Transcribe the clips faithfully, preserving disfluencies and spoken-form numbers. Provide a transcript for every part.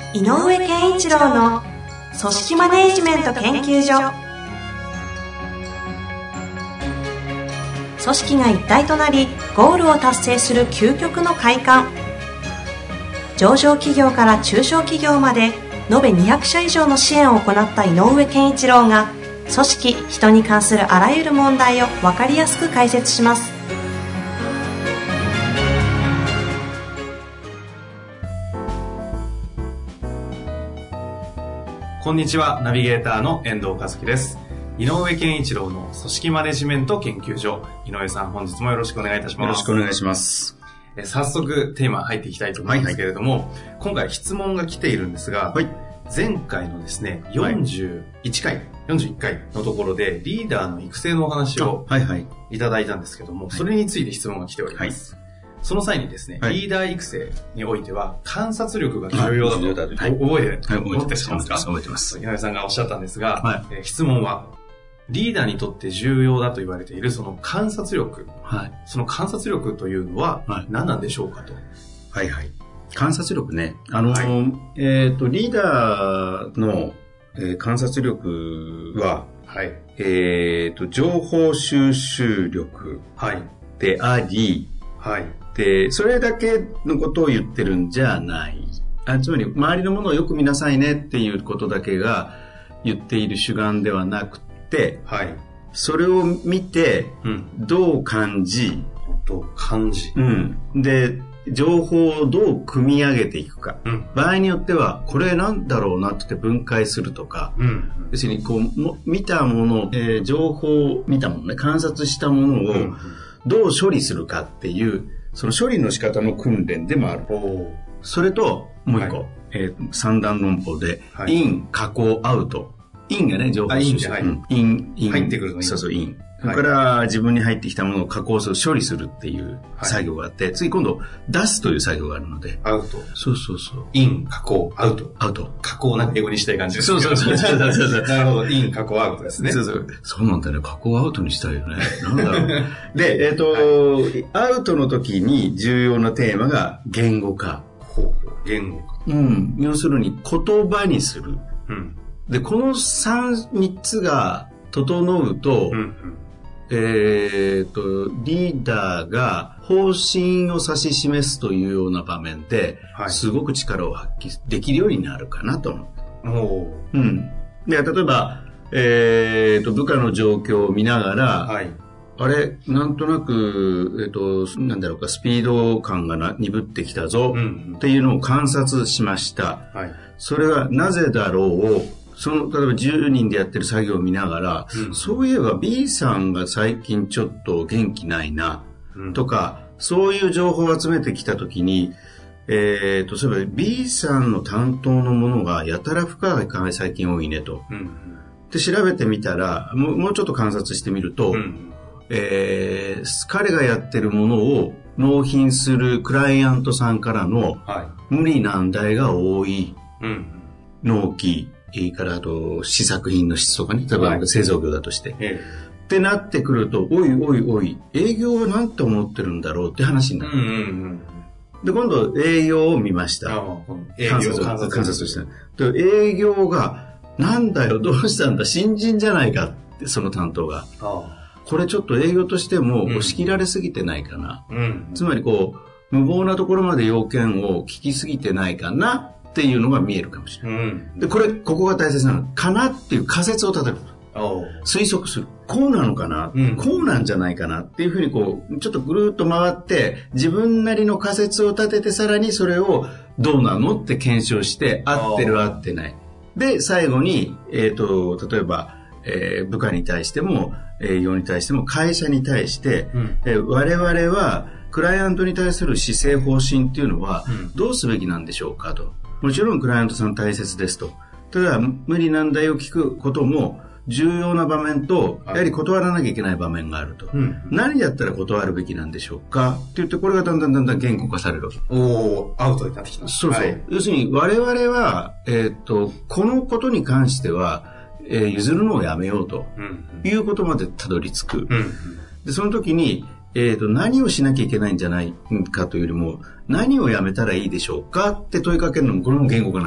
井上健一郎の組織マネジメント研究所。組織が一体となりゴールを達成する究極の快感。上場企業から中小企業まで延べにひゃくしゃ以上の支援を行った井上健一郎が、組織・人に関するあらゆる問題を分かりやすく解説します。 こんにちは、ナビゲーターの遠藤和樹です。井上健一郎の組織マネジメント研究所。井上さん、本日もよろしくお願いいたします。 よろしくお願いします。 え早速テーマ入っていきたいと思いますけれども、はいはい、今回質問が来ているんですが、はい、前回のですねよんじゅういっかい、はい、よんじゅういっかいのところでリーダーの育成のお話をいただいたんですけども、はいはい、それについて質問が来ております、はい、その際にですね、はい、リーダー育成においては観察力が重要だと、はい、覚えて、はい、覚えてますか？ 覚えてます。 井上さんがおっしゃったんですが、 はい、 えー、質問はリーダーにとって重要だと言われているその観察力、 はい、 その観察力というのは何なんでしょうかと。 はいはい。観察力ね。あの、はい、えっと、リーダーの、えー、観察力は、 はい、 えっと、情報収集力であり、 はい、 で、それだけのことを言ってるんじゃない。あ、つまり、周りのものをよく見なさいねっていうことだけが言っている主眼ではなくて、 はい、 それを見て、 うん、 どう感じ、 どう感じ、 うん、で、情報をどう組み上げていくか、 うん、 場合によってはこれなんだろうなって分解するとか、 うん、 要するにこうも見たもの、えー、情報を見たものね、観察したものをどう処理するかっていうその処理の仕方の訓練でもある。それともう一個、はい、えー、三段論法で、はい、イン、加工、アウト。インがね、情報収集、 はい、 うん、イン、イン入ってくるの。 そうそう、イン。それから自分に入ってきたものを加工する、処理するっていう作業があって、はい、次今度出すという作業があるので。 アウト。 そうそうそう。 イン、加工、アウト。 アウト。 加工なんか英語にしたい感じですね。そうそうそうそうそうなるほど。イン、加工、アウトですね。 そうそう。そうなんだね。加工アウトにしたいよね。なんだろう。で、えっ、ー、と、はい、アウトの時に重要なテーマが言語化。 ほう。言語化。 うん。要するに言葉にする。 うん。 で、この三、三つが整うと、 うんうん、 えっと、リーダーが方針を指し示すというような場面で、はい、すごく力を発揮できるようになるかなと思う。 おうん。で、例えば、えっと、部下の状況を見ながら、 はい、 あれ、なんとなく、えっと、なんだろうか、スピード感がな鈍ってきたぞ、っていうのを観察しました。 はい、 それはなぜだろうを、その、例えばじゅうにんでやってる作業を見ながら、うん、そういえば B さんが最近ちょっと元気ないな、うん、とか、そういう情報を集めてきたときに、えーと、そういえば B さんの担当のものがやたら負荷が最近多いねと。 うん、 で、調べてみたら、もう、もうちょっと観察してみると、うん、えー、彼がやってるものを納品するクライアントさんからの無理難題が多い、 うん、 納期、いいからあと試作品の質とかね、例えば製造業だとして、はい、ってなってくると、おいおいおい営業はなんて思ってるんだろうって話になる、 うんうんうん、 で今度営業を見ました。 営業を観察したで営業がなんだよどうしたんだ新人じゃないかってその担当がこれちょっと営業としても押し切られすぎてないかな、 うんうん、 つまりこう無謀なところまで要件を聞きすぎてないかなっていうのが見えるかもしれない、うん、でこれここが大切なのかなっていう仮説を立てる、推測する、こうなのかな、うん、こうなんじゃないかなっていうふうにこうちょっとぐるっと回って自分なりの仮説を立ててさらにそれをどうなのって検証して合ってる合ってないで最後に、えーと、例えば、えー、部下に対しても営業に対しても会社に対して、うんえー、我々はクライアントに対する姿勢方針っていうのはどうすべきなんでしょうかと。もちろんクライアントさん大切ですと。ただ無理難題を聞くことも重要な場面とやはり断らなきゃいけない場面があると、うん、何だったら断るべきなんでしょうかって言ってこれがだんだんだんだん言語化されるわけ。 おー、アウトになってきます。 そうそう、はい、要するに我々は、えー、っとこのことに関しては、えー、譲るのをやめようということまでたどり着く、 うんうん、 でその時にえーと、何をしなきゃいけないんじゃないかというよりも何をやめたらいいでしょうかって問いかけるのもこれも言語化なのよ。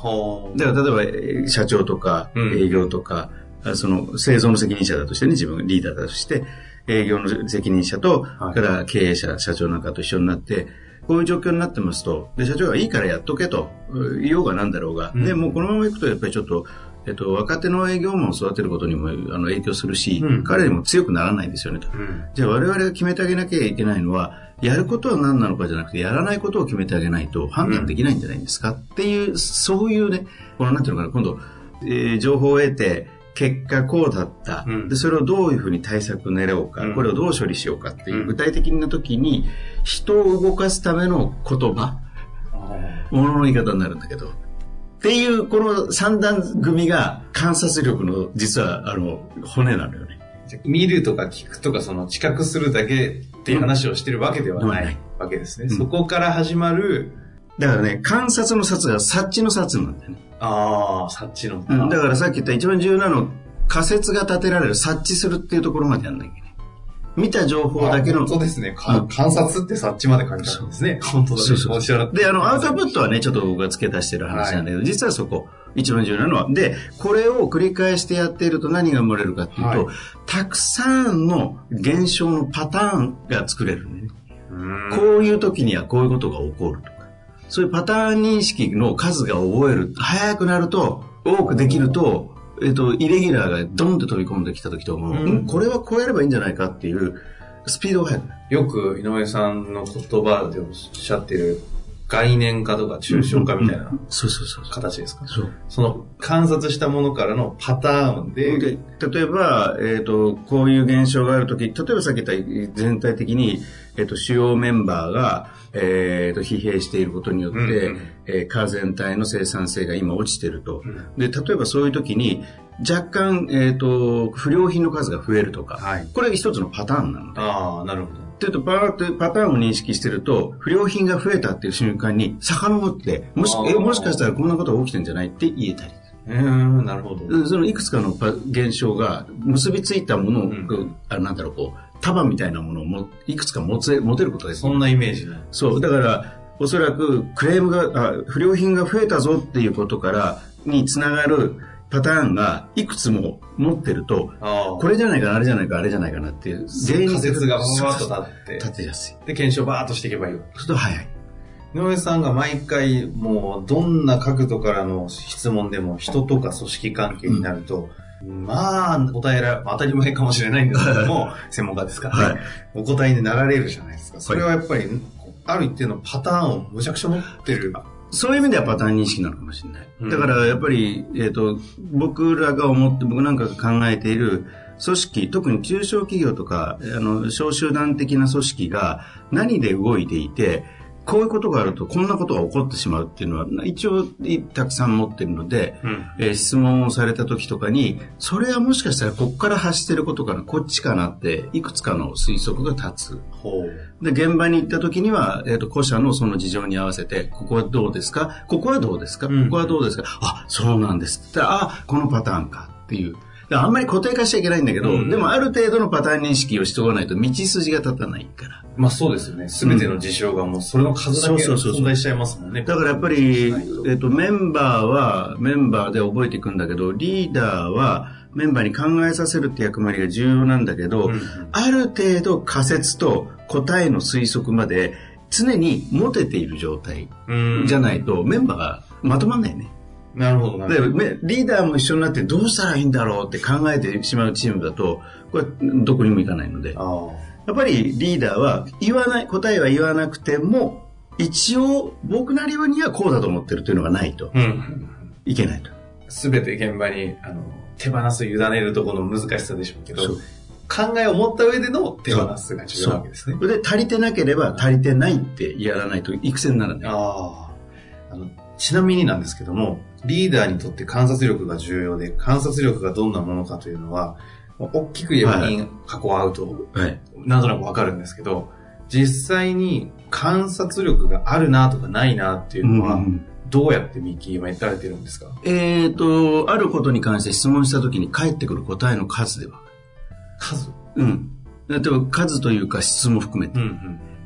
だから例えば社長とか営業とか、うん、その製造の責任者だとしてね、自分がリーダーだとして営業の責任者と、はい、から経営者社長なんかと一緒になってこういう状況になってますと、で社長がいいからやっとけと言おうがなんだろうが、うん、でもうこのままいくとやっぱりちょっとえっと、若手の営業マンを育てることにもあの影響するし、うん、彼にも強くならないですよねと、うん、じゃあ我々が決めてあげなきゃいけないのはやることは何なのかじゃなくてやらないことを決めてあげないと判断できないんじゃないですか、うん、っていうそういうねこのなんていうのかな今度、えー、情報を得て結果こうだった、うん、でそれをどういうふうに対策を練ろうか、うん、これをどう処理しようかっていう具体的な時に人を動かすための言葉、うん、ものの言い方になるんだけどっていうこの三段組が観察力の実はあの骨なのよね。 見るとか聞くとかその知覚するだけっていう話をしてるわけではない、うん、わけですね、うん、そこから始まるだからね観察の察が察知の察なんだよね。 ああ察知の、 うん、だからさっき言った一番重要なの仮説が立てられる察知するっていうところまでやんなきゃいけない。見た情報だけの。 本当ですね。観察って察知まで書いてあるんですね。本当だね。 そうそうそう。で、あの、アウトプットはね、ちょっと僕が付け足してる話なんだけど、はい、実はそこ、一番重要なのは、で、これを繰り返してやっていると何が生まれるかっていうと、はい、たくさんの現象のパターンが作れるんでね。こういう時にはこういうことが起こるとか、そういうパターン認識の数が覚える、早くなると、多くできると、えっと、イレギュラーがドンと飛び込んできた時と思う、うん、これはこうやればいいんじゃないかっていう、スピードが速くなる。 よく井上さんの言葉でおっしゃってる概念化とか抽象化みたいな形ですか。 そう。 その観察したものからのパターンで。 で例えば、えっと、こういう現象があるとき、例えばさっき言った全体的に、えっと、主要メンバーが、えっと、疲弊していることによって、うんうんえー、カー全体の生産性が今落ちていると。うん、で、例えばそういうときに、若干、えっと、不良品の数が増えるとか、はい、これ一つのパターンなので。 ああ、なるほど。 というとパー、パターンを認識してると、不良品が増えたっていう瞬間に、遡って、もし、え、もしかしたらこんなことが起きてんじゃないって言えたり。 うーん、なるほど。 そのいくつかの現象が結びついたものを、うん、あなんだろう、こう、束みたいなものをもいくつか持つ持てることです。 そんなイメージね。 そう、だから、おそらくクレームが、あ不良品が増えたぞっていうことから、につながる、パターンがいくつも持ってると、これじゃないかな、あれじゃないか、あれじゃないかなっていう。 仮説がバーッと立って。 立てやすい。 で、検証バーッとしていけばいいわけ。 そうすると早い。 井上さんが毎回、もう、どんな角度からの質問でも、人とか組織関係になると、うん、まあ、答えら、当たり前かもしれないんですけども、専門家ですからね、はい、お答えになられるじゃないですか。それはやっぱり、ある一定のパターンをむちゃくちゃ持ってる。 そういう意味ではパターン認識なのかもしれない。うん、だからやっぱり、えっと、僕らが思って、僕なんかが考えている組織、特に中小企業とか、あの、小集団的な組織が何で動いていて、こういうことがあるとこんなことが起こってしまうっていうのは一応たくさん持ってるので、うんえー、質問をされた時とかにそれはもしかしたらこっから発してることかなこっちかなっていくつかの推測が立つ。ほうで現場に行った時には、えーと、個社のその事情に合わせてここはどうですかここはどうですか、うん、ここはどうですかあそうなんですってあこのパターンかっていうあんまり固定化しちゃいけないんだけど、うん、でもある程度のパターン認識をしておかないと道筋が立たないから。 まあそうですよね。すべての事象がもうそれの数だけ存在しちゃいますもんね。 だからやっぱり、えっと、メンバーはメンバーで覚えていくんだけど、リーダーはメンバーに考えさせるって役割が重要なんだけど、うん、ある程度仮説と答えの推測まで常に持てている状態じゃないとメンバーがまとまんないね。 なるほどなるほど。 で、リーダーも一緒になってどうしたらいいんだろうって考えてしまうチームだと、これどこにもいかないので、あやっぱりリーダーは言わない、答えは言わなくても、一応僕なりにはこうだと思ってるというのがないと、うん、いけないと。 すべて現場にあの手放す、委ねるところの難しさでしょうけど、考えを持った上での手放すが重要なわけですね。 それで足りてなければ足りてないってやらないと育成にならない。 ああのちなみになんですけども、リーダーにとって観察力が重要で、観察力がどんなものかというのは、大きく言えばイン、過去アウト、はい、なんとなくわかるんですけど、実際に観察力があるなとかないなっていうのは、うん、どうやって見極められてるんですか？ えーと、あることに関して質問したときに返ってくる答えの数では。 数？ うん。例えば数というか質も含めて。うんうん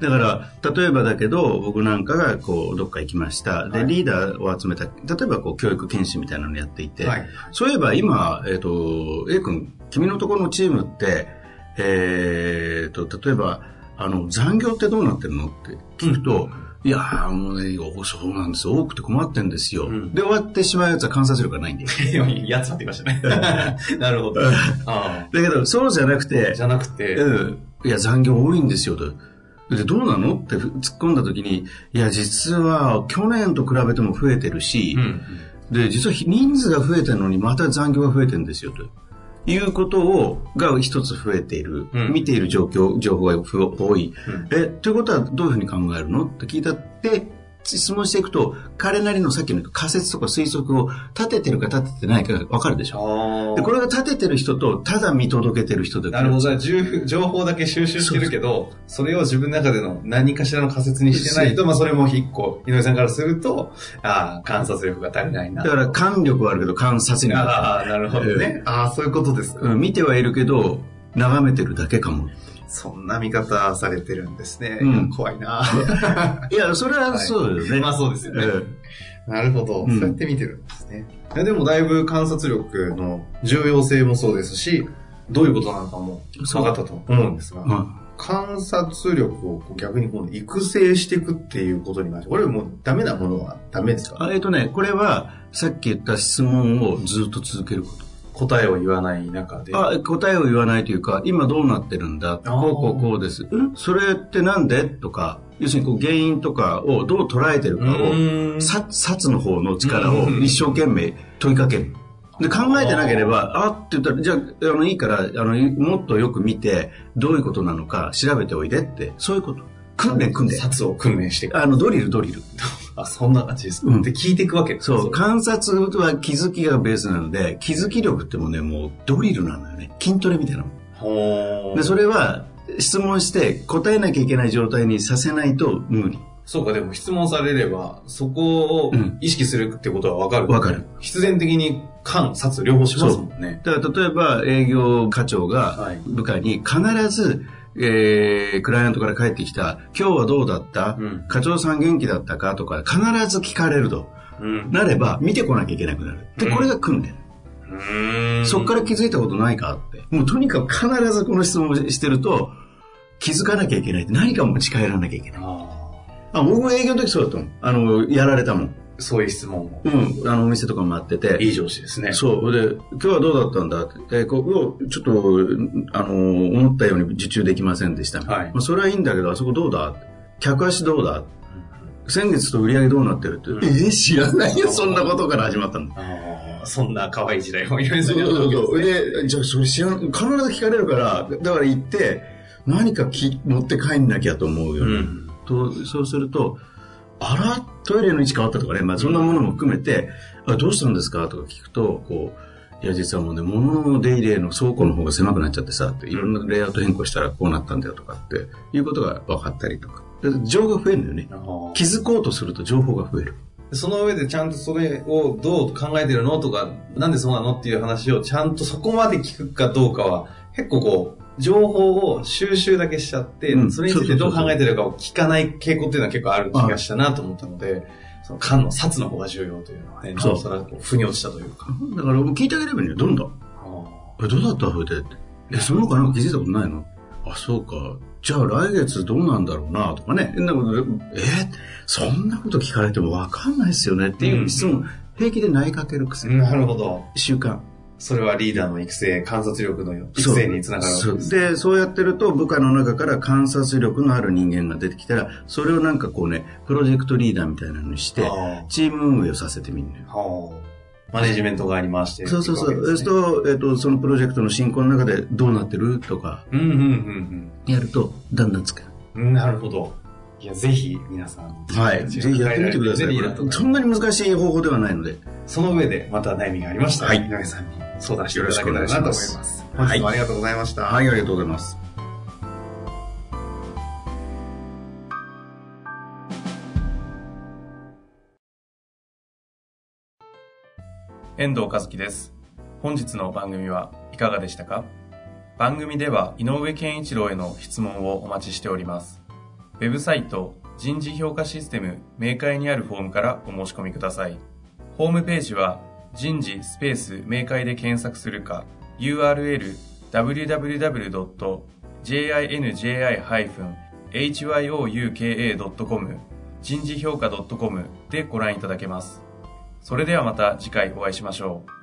だから例えばだけど僕なんかがこうどっか行きました、はい、でリーダーを集めた例えばこう教育研修みたいなのをやっていて、はい、そういえば今、えーと、A 君君のところのチームって、えーと、例えばあの残業ってどうなってるのって聞くと、うん、いやーもうねそうなんです多くて困ってんですよ、うん、で終わってしまうやつは観察力がないんでやつはって言いましたねなるほどあだけどそうじゃなくてじゃなくて、 うん、いや残業多いんですよとでどうなのって突っ込んだ時にいや実は去年と比べても増えてるし、うん、で実は人数が増えてるのにまた残業が増えてるんですよということをが一つ増えている、うん、見ている状況情報が多い、うん、えということはどういうふうに考えるのって聞いたって質問していくと彼なりのさっきの仮説とか推測を立ててるか立ててないかが分かるでしょ。でこれが立ててる人とただ見届けてる人でなるほど情報だけ収集してるけどそれを自分の中での何かしらの仮説にしてないと、まあ、それも一個井上さんからするとああ観察力が足りないなだから観力はあるけど観察力がああなるほどね、えー、ああそういうことですか、 うん、見てはいるけど眺めてるだけかもそんな見方されてるんですね。うん、怖いな。 いや、それはそうよね。はい、 まあそうですよね。うん、なるほど、うん。そうやって見てるんですね。でもだいぶ観察力の重要性もそうですし、どういうことなのかも分かったと思うんですが、うん、観察力を逆にこう育成していくっていうことに関して、これもうダメなものはダメですか？ えっとね、これはさっき言った質問をずっと続けること。 答えを言わない中であ答えを言わないというか今どうなってるんだこうこうこうですんそれってなんでとか要するにこう原因とかをどう捉えてるかを察の方の力を一生懸命問いかけるで考えてなければあって言ったらじゃあ、あのいいからあのもっとよく見てどういうことなのか調べておいでってそういうこと訓練訓練察を訓練していくあのドリルドリルあそんな感じですか、うん、で聞いていくわけですそう、観察は気づきがベースなので、気づき力ってもね、もうドリルなんだよね。筋トレみたいなもん。ほー。で、それは質問して答えなきゃいけない状態にさせないと無理。 そうか、でも質問されれば、そこを意識するってことはわかる、 わ、うん、かる。 必然的に観察両方しますもんね。 だから例えば営業課長が部下に必ず、えー、クライアントから帰ってきた今日はどうだった、うん、課長さん元気だったかとか必ず聞かれると、うん、なれば見てこなきゃいけなくなるで、うん、これが訓練、うん、そっから気づいたことないかってもうとにかく必ずこの質問をしてると気づかなきゃいけないって何か持ち帰らなきゃいけない。ああ僕も営業の時そうだったもんあのやられたもんそういう質問を。 うん。あの、お店とか回ってて。 いい上司ですね。 そう。で、今日はどうだったんだって。えー、こう、ちょっと、あの、思ったように受注できませんでした。はい。まあ、それはいいんだけど、あそこどうだ客足どうだ、うん、先月と売り上げどうなってるって。うん、えー、知らないよ。そんなことから始まったんだ。 ああ、そんな可愛い時代もいろいろそうそうそう。で、じゃあそれ知らん、必ず聞かれるから、だから行って、何かき持って帰んなきゃと思うよね。うん、とそうすると、あらトイレの位置変わったとかね、まあ、そんなものも含めて、あどうしたんですかとか聞くとこういや実はもうね物の出入れの倉庫の方が狭くなっちゃってさっていろんなレイアウト変更したらこうなったんだよとかっていうことが分かったりとか情報が増えるんだよね。気づこうとすると情報が増える。 その上でちゃんとそれをどう考えてるのとかなんでそうなのっていう話をちゃんとそこまで聞くかどうかは結構こう情報を収集だけしちゃって、うん、それについてどう考えてるかを聞かない傾向っていうのは結構ある気がしたなと思ったので、その勘の察の方が重要というのはね、なおさら腑に落ちたというか。 だから聞いてあげればいいのよ、どんどん。え、どうだったそれでって。え、その他なんか気づいたことないの？あ、そうか。じゃあ来月どうなんだろうなとかね。え、そんなこと聞かれても分かんないですよねっていう質問、うん、平気で投げかける癖。 なるほど。 習慣。 それはリーダーの育成、観察力の育成につながるわけです。 そう。で、そうやってると部下の中から観察力のある人間が出てきたら、それをなんかこうね、プロジェクトリーダーみたいなのにして、チーム運営をさせてみるのよ。 マネジメント側に回して、ね。 そうそうそう。そうすると、えっと、そのプロジェクトの進行の中でどうなってるとか、うんうんうんうん、やるとだんだんつく。 なるほど。いや、ぜひ皆さん。 はい。ぜひやってみてください。そんなに難しい方法ではないので。 その上でまた悩みがありましたら、はい、井上さんに相談していただけたらなと思います。本日もありがとうございました。 はい、ありがとうございます。 遠藤和樹です。本日の番組はいかがでしたか？番組では井上健一郎への質問をお待ちしております。 ウェブサイト人事評価システム明快にあるフォームからお申し込みください。ホームページは人事スペース明快で検索するか ユーアールエル ダブリューダブリューダブリュードットジェイアイエヌジェイアイハイフンエイチワイオーユーケーエードットコム 人事評価 .com でご覧いただけます。それではまた次回お会いしましょう。